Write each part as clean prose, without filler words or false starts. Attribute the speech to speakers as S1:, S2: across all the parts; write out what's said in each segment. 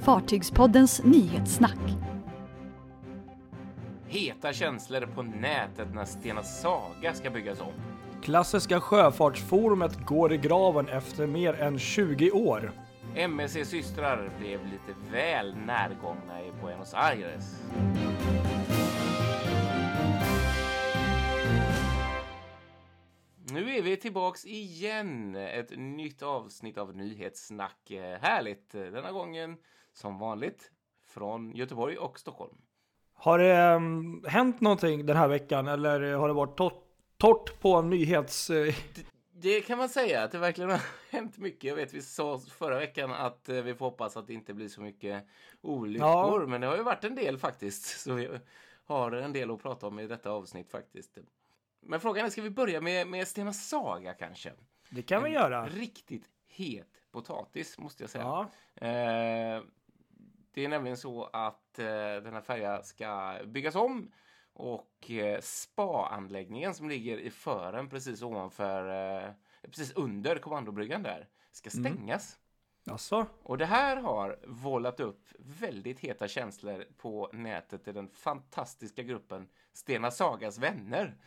S1: Fartygspoddens nyhetssnack.
S2: Heta känslor på nätet när Stena Saga ska byggas om.
S3: Klassiska sjöfartsforumet går i graven efter mer än 20 år.
S2: MSC-systrar blev lite väl närgångna i Buenos Aires. Nu är vi tillbaks igen. Ett nytt avsnitt av nyhetssnack. Härligt. Denna gången som vanligt från Göteborg och Stockholm.
S3: Har det hänt någonting den här veckan eller har det varit torrt på nyhets...
S2: Det kan man säga att det verkligen har hänt mycket. Jag vet, vi sa förra veckan att vi får hoppas att det inte blir så mycket olyckor. Ja. Men det har ju varit en del faktiskt. Så vi har en del att prata om i detta avsnitt faktiskt. Men frågan är, ska vi börja med Stena Saga kanske?
S3: Det kan vi göra.
S2: Riktigt het potatis måste jag säga.
S3: Ja.
S2: Det är nämligen så att den här färjan ska byggas om. Och spa-anläggningen som ligger i fören precis precis under kommandobryggan där ska stängas.
S3: Alltså.
S2: Och det här har vållat upp väldigt heta känslor på nätet i den fantastiska gruppen Stena Sagas vänner.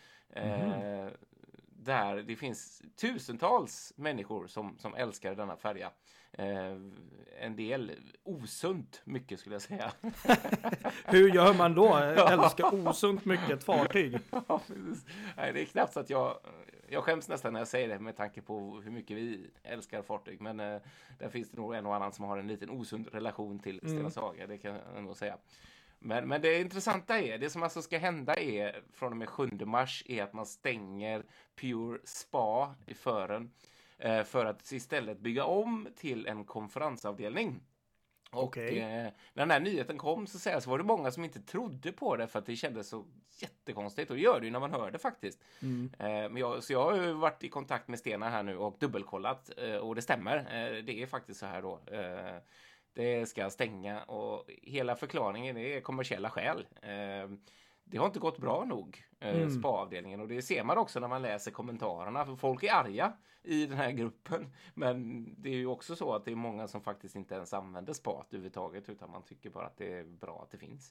S2: Där det finns tusentals människor som älskar denna färja. En del osunt mycket skulle jag säga.
S3: Hur gör man då? Älskar osunt mycket ett fartyg?
S2: Nej, det är knappt så att jag skäms nästan när jag säger det med tanke på hur mycket vi älskar fartyg. Men där finns det nog en och annan som har en liten osund relation till Stena Saga, det kan jag nog säga. Men det intressanta är, det som alltså ska hända är från och med 7 mars är att man stänger Pure Spa i fören för att istället bygga om till en konferensavdelning. Och när den här nyheten kom så var det många som inte trodde på det för att det kändes så jättekonstigt. Och det gör det ju när man hör det faktiskt. Men jag har ju varit i kontakt med Stena här nu och dubbelkollat och det stämmer. Det är faktiskt så här då. Det ska stänga och hela förklaringen är kommersiella skäl. Det har inte gått bra nog, spa-avdelningen. Och det ser man också när man läser kommentarerna. För folk är arga i den här gruppen. Men det är ju också så att det är många som faktiskt inte ens använder spa överhuvudtaget. Utan man tycker bara att det är bra att det finns.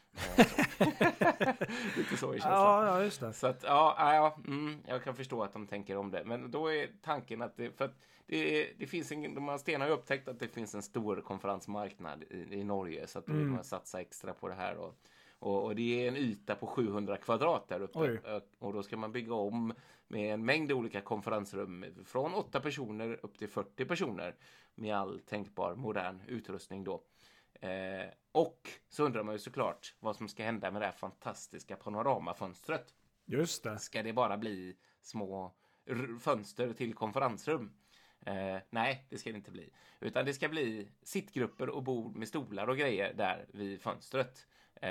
S2: Lite så i känslan.
S3: Ja, just det.
S2: Så att, jag kan förstå att de tänker om det. Men då är tanken att det finns de har Stena har upptäckt att det finns en stor konferensmarknad i Norge. Så att då vill man satsa extra på det här och det är en yta på 700 kvadrat där uppe. Oj. Och då ska man bygga om med en mängd olika konferensrum från 8 personer upp till 40 personer med all tänkbar modern utrustning då. Och så undrar man ju såklart vad som ska hända med det här fantastiska panoramafönstret.
S3: Just det.
S2: Ska det bara bli små fönster till konferensrum? Nej, det ska det inte bli. Utan det ska bli sittgrupper och bord med stolar och grejer där vid fönstret.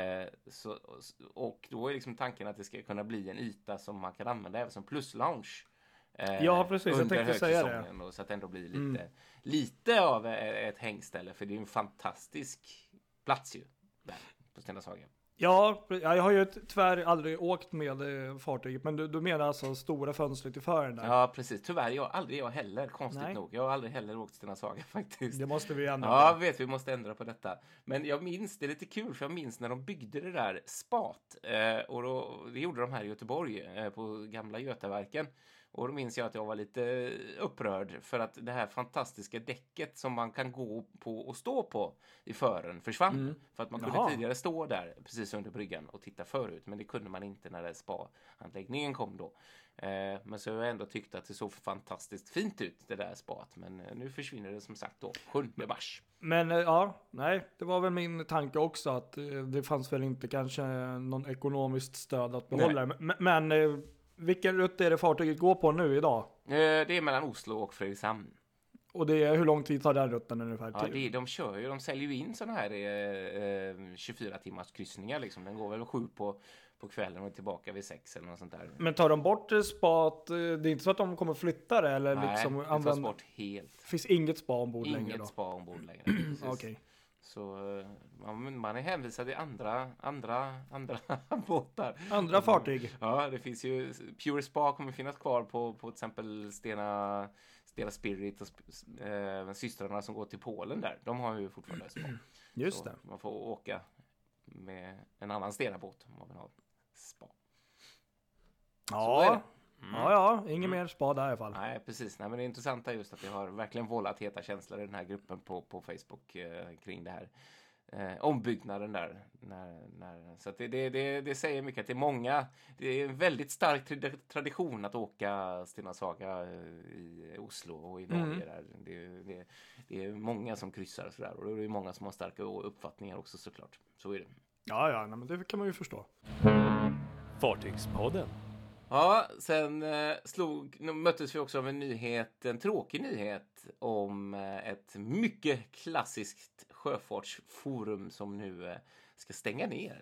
S2: Och då är liksom tanken att det ska kunna bli en yta som man kan använda även som pluslounge.
S3: Ja, precis. Jag tänkte säga det.
S2: Och så att det ändå blir lite av ett hängställe. För det är en fantastisk plats ju där på Stena Saga.
S3: Ja, jag har ju tyvärr aldrig åkt med fartyget. Men du menar alltså stora fönster till fören där?
S2: Ja, precis. Tyvärr, aldrig jag heller, konstigt nog. Jag har aldrig heller åkt Stena Saga faktiskt.
S3: Det måste vi ändra på.
S2: Ja, vi måste ändra på detta. Men jag minns, det är lite kul för jag minns när de byggde det där spat. Och det gjorde de här i Göteborg på gamla Götaverken. Och då minns jag att jag var lite upprörd för att det här fantastiska däcket som man kan gå på och stå på i fören försvann. För att man kunde tidigare stå där precis under bryggan och titta förut. Men det kunde man inte när spa-anläggningen kom då. Men så har jag ändå tyckt att det såg fantastiskt fint ut det där spat. Men nu försvinner det som sagt då 7 mars.
S3: Men det var väl min tanke också att det fanns väl inte kanske någon ekonomiskt stöd att behålla det. Men vilken rutt är det fartyget går på nu idag?
S2: Det är mellan Oslo och Fredrikshamn.
S3: Och det är, hur lång tid tar den rutten ungefär?
S2: Ja, de säljer ju in sådana här 24 timmars kryssningar liksom. Den går väl 7 på kvällen och är tillbaka vid 6 eller något sånt där.
S3: Men tar de bort spat, det är inte så att de kommer flytta det? Eller
S2: nej,
S3: liksom
S2: det tas bort helt.
S3: Finns inget spa ombord längre då?
S2: Inget spa ombord längre.
S3: Okej.
S2: Så man är hänvisad i andra båtar.
S3: Andra fartyg?
S2: Ja, det finns ju Pure Spa kommer finnas kvar på till exempel Stena deras Spirit och systrarna som går till Polen där, de har ju fortfarande spa.
S3: Just
S2: så
S3: det.
S2: man får åka med en annan Stena-båt om man vill ha spa.
S3: Ja, ingen mer spa där i alla fall.
S2: Nej, precis. Nej, men det intressanta är just att det har verkligen vållat heta känslor i den här gruppen på Facebook kring det här ombyggnaden där. Så att det säger mycket att det är många, det är en väldigt stark tradition att åka Stena Saga i Oslo och i Norge där. Det är många som kryssar och sådär, och det är många som har starka uppfattningar också såklart. Så är det.
S3: Ja, men det kan man ju förstå.
S4: Fartygspodden.
S2: Ja, sen möttes vi också av en tråkig nyhet om ett mycket klassiskt sjöfartsforum som nu ska stänga ner.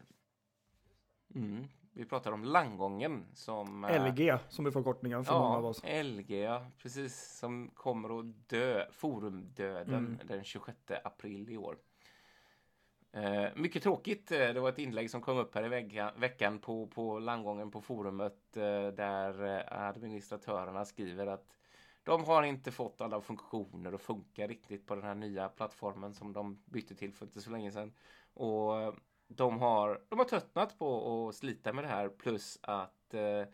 S2: Vi pratar om Landgången som...
S3: LG som är förkortningen för många av oss.
S2: LG, ja, precis, som kommer att dö, forumdöden den 26 april i år. Mycket tråkigt. Det var ett inlägg som kom upp här i veckan på Landgången på forumet där administratörerna skriver att de har inte fått alla funktioner att funka riktigt på den här nya plattformen som de bytte till för inte så länge sedan. Och de har tröttnat på att slita med det här, plus att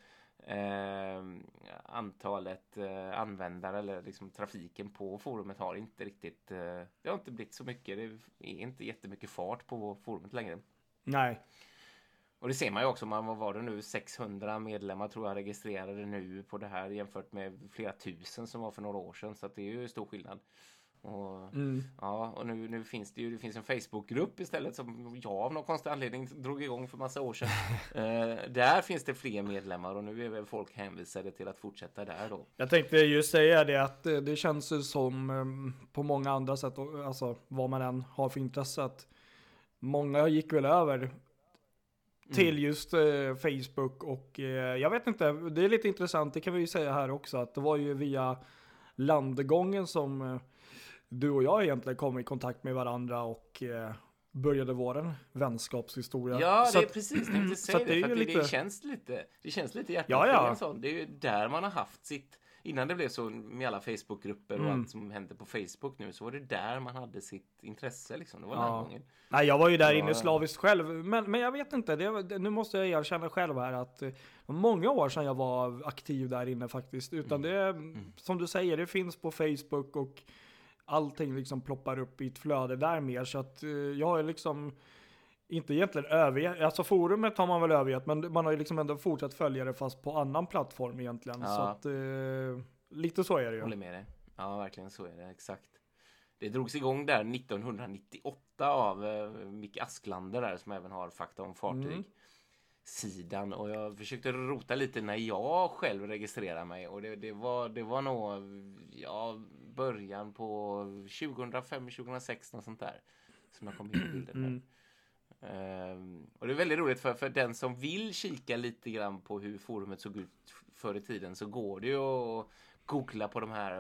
S2: antalet användare eller liksom trafiken på forumet har inte riktigt, det har inte blivit så mycket, det är inte jättemycket fart på forumet längre.
S3: Nej.
S2: Och det ser man ju också, vad var det nu, 600 medlemmar tror jag registrerade nu på det här jämfört med flera tusen som var för några år sedan, så att det är ju stor skillnad. Och, ja, och nu finns det finns en Facebookgrupp istället som jag av någon konstig anledning drog igång för massa år sedan. Där finns det fler medlemmar och nu är väl folk hänvisade till att fortsätta där då.
S3: Jag tänkte just säga det att det känns ju som på många andra sätt, alltså vad man än har för intresse, att många gick väl över till just Facebook och jag vet inte, det är lite intressant, det kan vi ju säga här också, att det var ju via Landgången som du och jag egentligen kom i kontakt med varandra och började vår vänskapshistoria.
S2: Ja,
S3: så
S2: det är precis det jag säger det, för det känns lite hjärtat.
S3: Ja.
S2: Det är ju där man har haft sitt, innan det blev så med alla Facebookgrupper och allt som hände på Facebook nu, så var det där man hade sitt intresse liksom. Det var Landgången.
S3: Nej, jag var ju där inne slaviskt själv, men jag vet inte, nu måste jag erkänna själv här att det var många år sedan jag var aktiv där inne faktiskt, utan det som du säger, det finns på Facebook och allting liksom ploppar upp i ett flöde där mer, så att jag har liksom inte egentligen övergett, alltså forumet har man väl övergett, men man har ju liksom ändå fortsatt följa det fast på annan plattform egentligen, så att lite så är det ju.
S2: Håller med dig. Ja, verkligen så är det, exakt. Det drogs igång där 1998 av Micke Asklander där, som även har Fakta om fartyg sidan, och jag försökte rota lite när jag själv registrerade mig, och det var nog början på 2005-2006 och sånt där som jag kom in i bilden. Och det är väldigt roligt för den som vill kika lite grann på hur forumet såg ut förr i tiden, så går det ju att googla på de här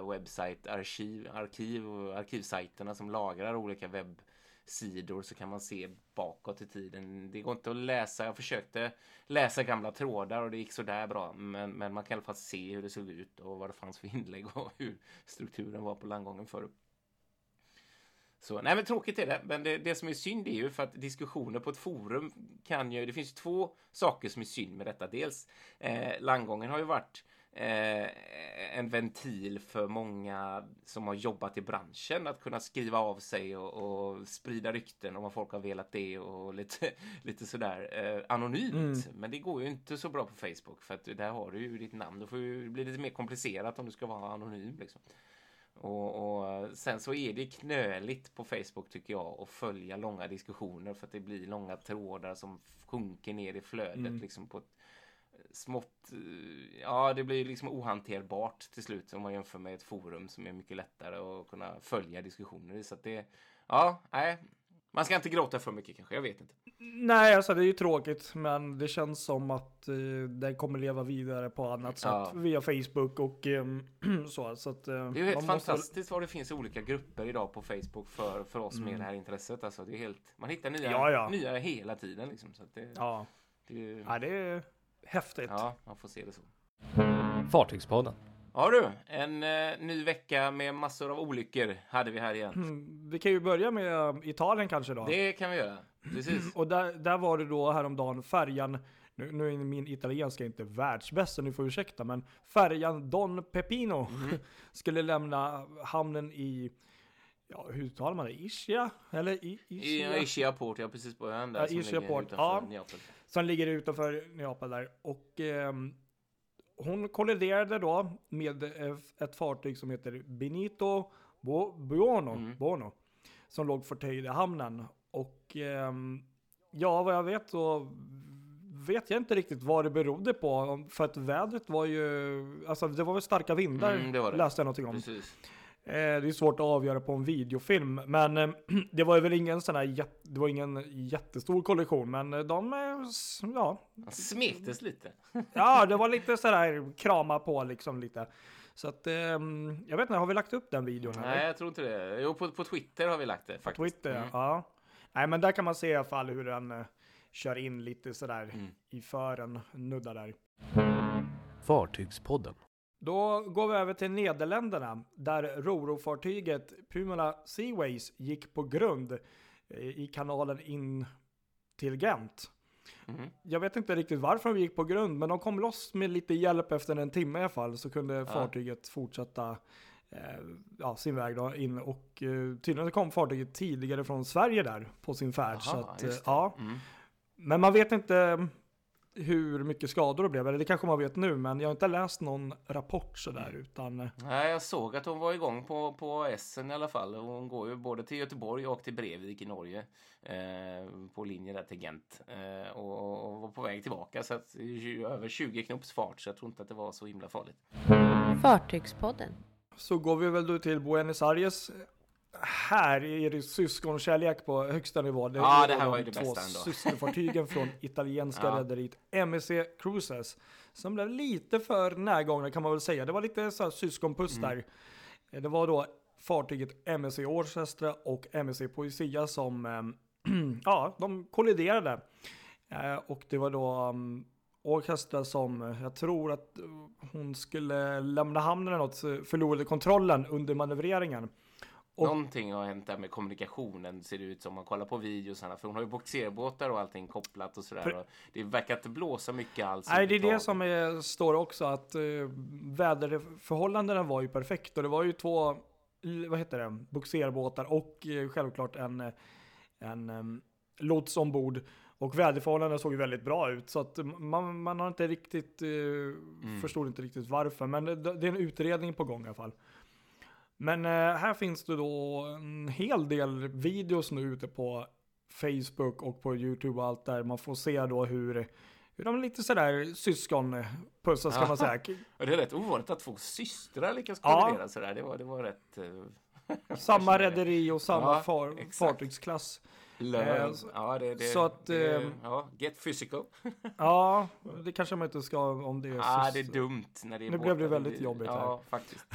S2: arkivsajterna som lagrar olika webbsidor, så kan man se bakåt i tiden. Det går inte att läsa, jag försökte läsa gamla trådar och det gick så där bra, men man kan i alla fall se hur det såg ut och vad det fanns för inlägg och hur strukturen var på Landgången förr. Så, nej, men tråkigt är det, men det som är synd är ju för att diskussioner på ett forum det finns två saker som är synd med detta. Dels Landgången har ju varit en ventil för många som har jobbat i branschen att kunna skriva av sig och sprida rykten om vad folk har velat det och lite sådär anonymt. Men det går ju inte så bra på Facebook, för att där har du ju ditt namn. Det får ju bli lite mer komplicerat om du ska vara anonym liksom. Och sen så är det knöligt på Facebook tycker jag att följa långa diskussioner, för att det blir långa trådar som sjunker ner i flödet liksom på ett smått, det blir liksom ohanterbart till slut om man jämför med ett forum som är mycket lättare att kunna följa diskussioner i. Så att det, man ska inte gråta för mycket kanske, jag vet inte.
S3: Nej, alltså det är ju tråkigt, men det känns som att det kommer leva vidare på annat sätt via Facebook och så att,
S2: det är ju helt fantastiskt vad det finns olika grupper idag på Facebook för oss med det här intresset. Alltså det är helt, man hittar nya hela tiden liksom, så att det
S3: är häftigt.
S2: Ja, man får se det så.
S4: Fartygspodden.
S2: Ja du, en ny vecka med massor av olyckor hade vi här igen.
S3: Vi kan ju börja med Italien kanske då.
S2: Det kan vi göra, precis.
S3: Och där var det då häromdagen färjan, nu är min italienska inte världsbäst så ni får ursäkta, men färjan Don Pepino skulle lämna hamnen i, ja hur talar man det? Ischia? Eller
S2: Ischia Port, ja precis på ön där
S3: ja,
S2: som
S3: Ischia
S2: ligger
S3: Port,
S2: utanför Neapel.
S3: Som ligger utanför Neapel där. Och hon kolliderade då med ett fartyg som heter Benito Buono, som låg förtöjd i hamnen. Och ja, vad jag vet så vet jag inte riktigt vad det berodde på. För att vädret var ju, alltså det var väl starka vindar,
S2: det var det.
S3: Läste jag någonting om.
S2: Precis.
S3: Det är svårt att avgöra på en videofilm, men det var väl ingen sån här, det var ingen jättestor kollision, men de, ja.
S2: Smektes lite.
S3: Ja, det var lite sådär krama på liksom lite. Så att, jag vet inte, har vi lagt upp den videon?
S2: Nej,
S3: eller?
S2: jag tror inte det. Jo, på Twitter har vi lagt det faktiskt.
S3: På Twitter, ja. Nej, men där kan man se i alla fall hur den kör in lite sådär i fören, nuddar där.
S4: Fartygspodden.
S3: Då går vi över till Nederländerna där Ro-Ro-fartyget Pumala Seaways gick på grund i kanalen in till Gent. Jag vet inte riktigt varför de gick på grund, men de kom loss med lite hjälp efter en timme i alla fall, så kunde fartyget fortsätta sin väg då in, och tydligen kom fartyget tidigare från Sverige där på sin färd. Så att, men man vet inte hur mycket skador det blev, eller det kanske man vet nu, men jag har inte läst någon rapport sådär utan...
S2: Nej, jag såg att hon var igång på Essen i alla fall. Hon går ju både till Göteborg och till Brevik i Norge på linjen där till Gent och var på väg tillbaka, så att över 20 knops fart, så jag tror inte att det var så himla farligt.
S5: Fartygspodden.
S3: Så går vi väl då till Buenos Aires. Här är det syskonkärlek på högsta nivå. Det
S2: här var ju det
S3: två
S2: bästa ändå.
S3: systerfartygen från italienska rederiet MSC Cruises som blev lite för närgångna kan man väl säga. Det var lite så här syskonpuss där. Det var då fartyget MSC Orchestra och MSC Poesia som de kolliderade. Och det var då Orchestra som jag tror att hon skulle lämna hamnen eller något, förlorade kontrollen under manövreringen.
S2: Någonting har hänt där med kommunikationen, ser det ut som man kollar på videosarna, för hon har ju boxerbåtar och allting kopplat och sådär, och det verkar inte blåsa mycket alls.
S3: Nej, det är det som står också, att väderförhållandena var ju perfekt, och det var ju två boxerbåtar och självklart en lots ombord, och väderförhållandena såg ju väldigt bra ut, så att man har inte riktigt förstod inte riktigt varför, men det är en utredning på gång i alla fall. Men här finns det då en hel del videos nu ute på Facebook och på YouTube och allt där man får se då hur de lite sådär syskonpussas kan man säga.
S2: Och det är rätt ovanligt att två systrar lyckas kollidera sådär. Det var rätt...
S3: samma rederi och samma fartygsklass.
S2: Så att... get physical.
S3: Ja, det kanske man inte ska om det är
S2: det är dumt när det är
S3: nu blev det väldigt jobbigt här.
S2: Ja, faktiskt.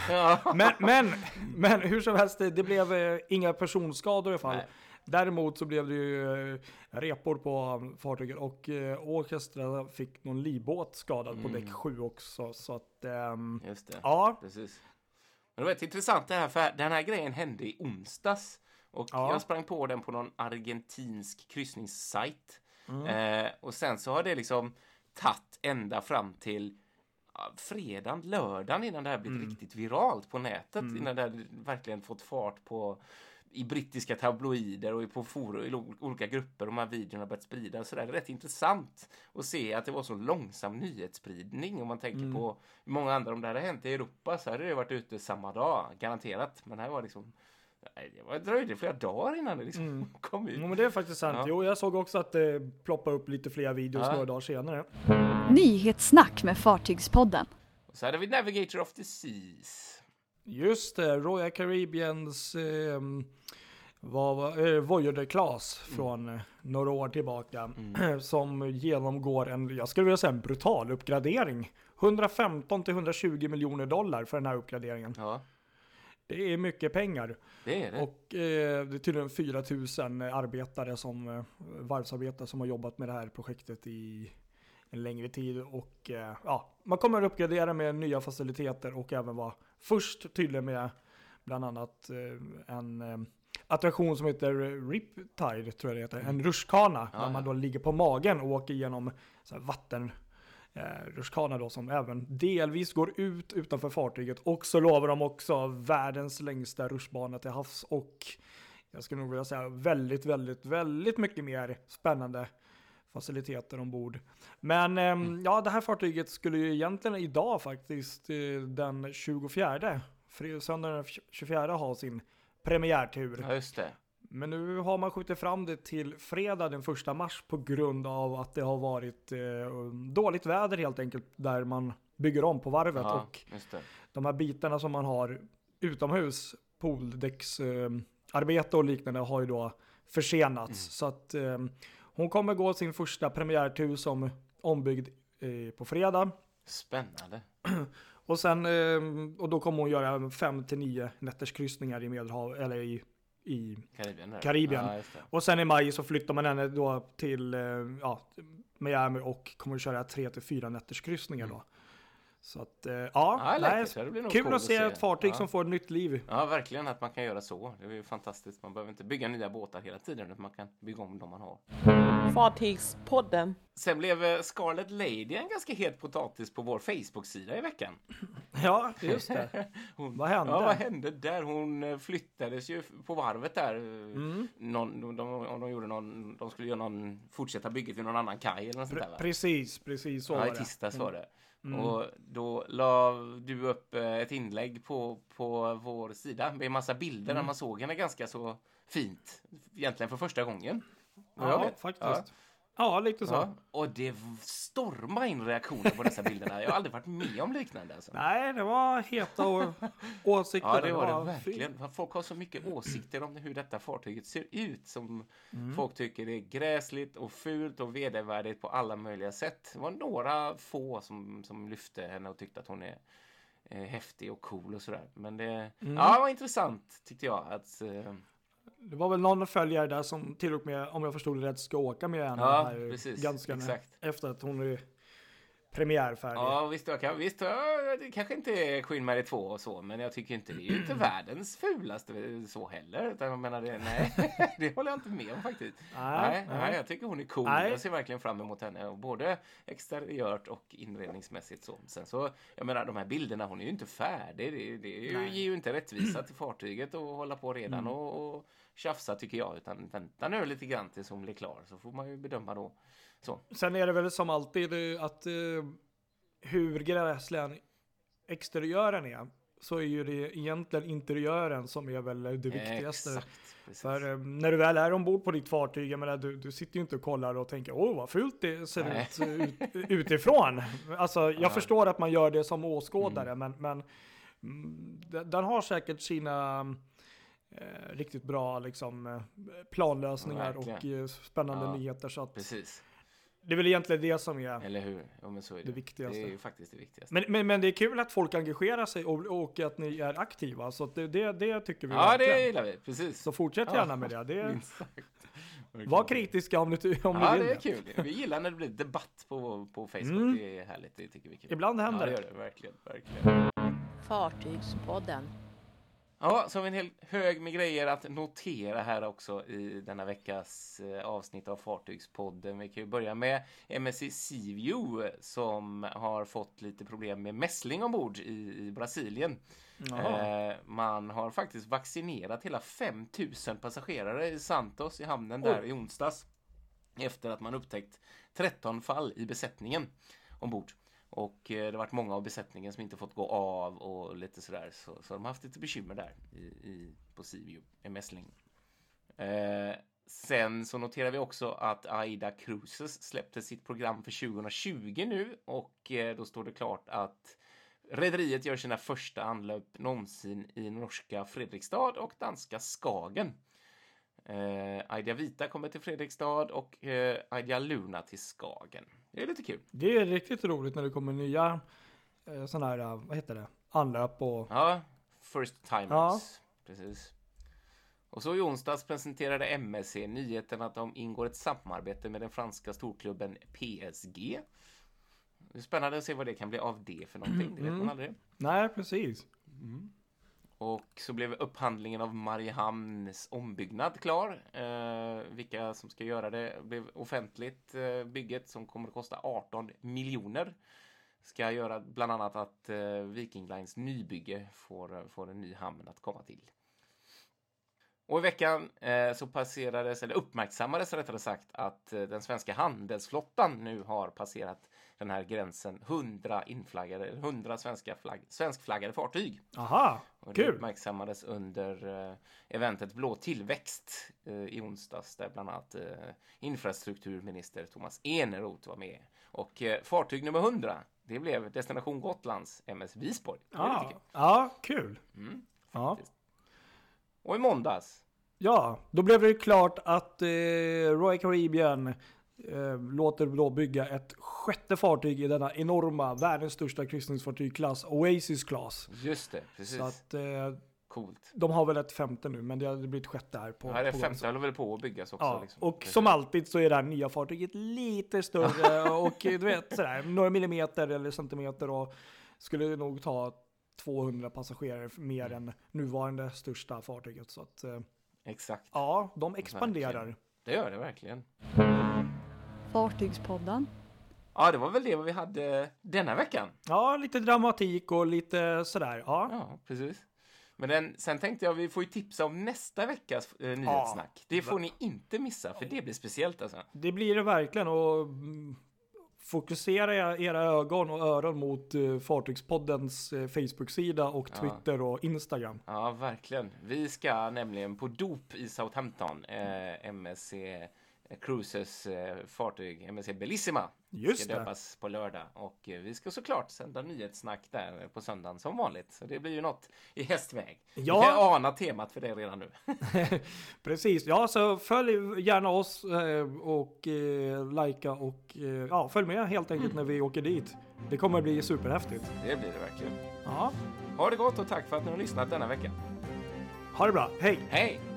S3: men hur som helst, det blev inga personskador i alla fall. Nej. Däremot så blev det ju repor på fartyget, och Orchestra fick någon livbåt skadad på däck 7 också. Så att,
S2: just det,
S3: ja.
S2: Precis. Men det var intressant det här, för den här grejen hände i onsdags. Och jag sprang på den på någon argentinsk kryssningssajt. Och sen så har det liksom tagit ända fram till fredagen, lördagen innan det här blivit riktigt viralt på nätet. Innan det här verkligen fått fart på i brittiska tabloider och på forum i olika grupper. De här videorna har börjat sprida. Så det är rätt intressant att se att det var så långsam nyhetsspridning. Om man tänker på hur många andra om det här har hänt i Europa, så hade det varit ute samma dag, garanterat. Men här var liksom... Det dröjde flera dagar innan det liksom kom ut.
S3: Men det är faktiskt sant. Jo, jag såg också att det ploppade upp lite fler videos några dagar senare.
S1: Nyhetssnack med Fartygspodden.
S2: Och så hade vi Navigator of the Seas.
S3: Just det, Royal Caribbeans Voyager Class från några år tillbaka som genomgår jag skulle vilja säga en brutal uppgradering. 115-120 miljoner dollar för den här uppgraderingen. Ja. Det är mycket pengar.
S2: Det är det.
S3: Och det är tydligen 4 000 arbetare varvsarbetare som har jobbat med det här projektet i en längre tid. Och man kommer att uppgradera med nya faciliteter och även vara först tydlig med bland annat en attraktion som heter Riptide, tror jag det heter. En rutschkana där man då ligger på magen och åker genom så här vatten. Rutschkana då som även delvis går ut utanför fartyget, och så lovar de också världens längsta rutschbana till havs, och jag skulle nog vilja säga väldigt, väldigt, väldigt mycket mer spännande faciliteter ombord. Men det här fartyget skulle ju egentligen idag faktiskt den 24, söndagen den 24 ha sin premiärtur.
S2: Ja, just det.
S3: Men nu har man skjutit fram det till fredag den 1 mars på grund av att det har varit dåligt väder helt enkelt där man bygger om på varvet.
S2: Ja,
S3: och
S2: just det.
S3: de här bitarna som man har utomhus, pooldäcksarbete och liknande, har ju då försenats. Så att hon kommer gå sin första premiärtur som ombyggd på fredag.
S2: Spännande.
S3: Och sen och då kommer hon göra 5-9 nätters kryssningar i Medelhav eller i Karibien.
S2: Ja, just det.
S3: Och sen i maj så flyttar man henne då till Miami och kommer att köra 3-4 nätters kryssningar då. Så att kul att se ett fartyg som får ett nytt liv.
S2: Ja, verkligen, att man kan göra så. Det är ju fantastiskt. Man behöver inte bygga nya båtar hela tiden, utan man kan bygga om dem man har.
S5: Fartygspodden.
S2: Sen blev Scarlet Lady en ganska het potatis på vår Facebook-sida i veckan.
S3: Ja, just det. Vad hände?
S2: Ja, vad hände där? Hon flyttades ju på varvet där. De skulle göra fortsätta bygget vid någon annan kaj eller något sånt där, va?
S3: Precis så var det.
S2: I tisdags var det. Och då la du upp ett inlägg på vår sida med en massa bilder där man såg henne ganska så fint. Egentligen för första gången.
S3: Ja, faktiskt. Ja, lite så. Ja.
S2: Och det stormade in reaktioner på dessa bilderna. Jag har aldrig varit med om liknande. Alltså.
S3: Nej, det var heta åsikter.
S2: Ja, det var det verkligen. Folk har så mycket åsikter om hur detta fartyget ser ut. Som folk tycker är gräsligt och fult och vedervärdigt på alla möjliga sätt. Det var några få som lyfte henne och tyckte att hon är häftig och cool och sådär. Men det var intressant, tyckte jag. Att...
S3: Det var väl någon följare där som till och med, om jag förstod det rätt, ska åka med henne här
S2: precis,
S3: ganska
S2: exakt.
S3: Efter att hon är premiärfärdig.
S2: Ja, visst, det kanske inte är Queen Mary 2 och så, men jag tycker inte det är ju inte världens fulaste så heller. Utan jag menar det håller jag inte med om faktiskt. Nej, jag tycker hon är cool. Nej. Jag ser verkligen fram emot henne, både exteriört och inredningsmässigt så. Sen så, jag menar, de här bilderna, hon är ju inte färdig. Det ger ju inte rättvisa till fartyget och hålla på redan och tjafsa, tycker jag, utan vänta nu lite grann tills hon blir klar, så får man ju bedöma då. Så.
S3: Sen är det väl som alltid att hur gräslig exteriören är, så är ju det egentligen interiören som är väl det viktigaste.
S2: Exakt,
S3: för när du väl är ombord på ditt fartyg, jag menar, du sitter ju inte och kollar och tänker vad fult det ser ut utifrån. Alltså jag förstår att man gör det som åskådare, men den har säkert sina riktigt bra liksom planlösningar och spännande nyheter, så att
S2: precis.
S3: Det är väl egentligen det som är,
S2: eller hur? Ja, men så är det.
S3: Det viktigaste.
S2: Det är ju faktiskt det viktigaste.
S3: Men det är kul att folk engagerar sig och att ni är aktiva, så att det tycker vi.
S2: Ja, det gillar vi, precis.
S3: Så fortsätt gärna med det. Var kritiska om ni vill. Ja,
S2: det är kul. Vi gillar när det blir debatt på Facebook. Det är härligt, det tycker vi är kul.
S3: Ibland händer
S2: det. Ja, det gör det, verkligen.
S5: Fartygspodden.
S2: Ja, så har vi en hel hög med grejer att notera här också i denna veckas avsnitt av Fartygspodden. Vi kan ju börja med MSC Seaview som har fått lite problem med mässling ombord i Brasilien. Man har faktiskt vaccinerat hela 5000 passagerare i Santos i hamnen där i onsdags, efter att man upptäckt 13 fall i besättningen ombord. Och det har varit många av besättningen som inte fått gå av och lite sådär. Så de har haft lite bekymmer där på Seaview med mässling. Sen så noterar vi också att Aida Cruises släppte sitt program för 2020 nu. Och då står det klart att rederiet gör sina första anlöp någonsin i norska Fredrikstad och danska Skagen. Aida Vita kommer till Fredrikstad och Aida Luna till Skagen. Det är lite kul.
S3: Det är riktigt roligt när det kommer nya sådana här, vad heter det? Anlöp och...
S2: Ja, first timers. Precis. Och så i onsdags presenterade MSC nyheten att de ingår ett samarbete med den franska storklubben PSG. Det är spännande att se vad det kan bli av det för någonting. Det vet man aldrig.
S3: Nej, precis.
S2: Och så blev upphandlingen av Mariehamns ombyggnad klar. Vilka som ska göra det blev offentligt. Bygget som kommer att kosta 18 miljoner. Ska göra bland annat att Viking Lines nybygge får en ny hamn att komma till. Och i veckan så uppmärksammades rättare sagt att den svenska handelsflottan nu har passerat den här gränsen 100 svenskflaggade fartyg.
S3: Aha,
S2: och
S3: kul.
S2: Det uppmärksammades under eventet Blå tillväxt i onsdags där bland annat infrastrukturminister Thomas Eneroth var med. Och fartyg nummer 100, det blev Destination Gotlands MS Visborg.
S3: Ja, kul.
S2: Ja. Och i måndags.
S3: Ja, då blev det klart att Royal Caribbean låter då bygga ett sjätte fartyg i denna enorma, världens största kryssningsfartygklass, Oasis Class.
S2: Just det, precis.
S3: Så att
S2: coolt.
S3: De har väl ett femte nu, men det har blivit sjätte här på.
S2: Ja, det femte håller väl på att byggas också.
S3: Ja,
S2: liksom.
S3: och som alltid så är det här nya fartyget lite större och du vet sådär, några millimeter eller centimeter och skulle nog ta 200 passagerare mer än nuvarande största fartyget. Så att,
S2: exakt.
S3: Ja, de expanderar.
S2: Verkligen. Det gör det verkligen.
S1: Fartygspodden.
S2: Ja, det var väl det vi hade denna veckan.
S3: Ja, lite dramatik och lite sådär.
S2: Ja, precis. Men sen tänkte jag vi får ju tipsa om nästa veckas nyhetssnack. Det får ni inte missa, för det blir speciellt alltså.
S3: Det blir det verkligen, och fokusera era ögon och öron mot Fartygspoddens Facebook-sida och Twitter och Instagram.
S2: Ja, verkligen. Vi ska nämligen på dop i Southampton, MSC Cruises fartyg, MSC Bellissima.
S3: Just
S2: ska döpas på lördag. Och vi ska såklart sända nyhetssnack där på söndagen som vanligt. Så det blir ju något i hästväg.
S3: Ja.
S2: Vi kan ana temat för det redan nu.
S3: Precis, ja, så följ gärna oss och likea och följ med helt enkelt när vi åker dit. Det kommer bli superhäftigt.
S2: Det blir det verkligen.
S3: Ja.
S2: Ha det gott och tack för att ni har lyssnat denna vecka.
S3: Ha det bra, hej!
S2: Hej!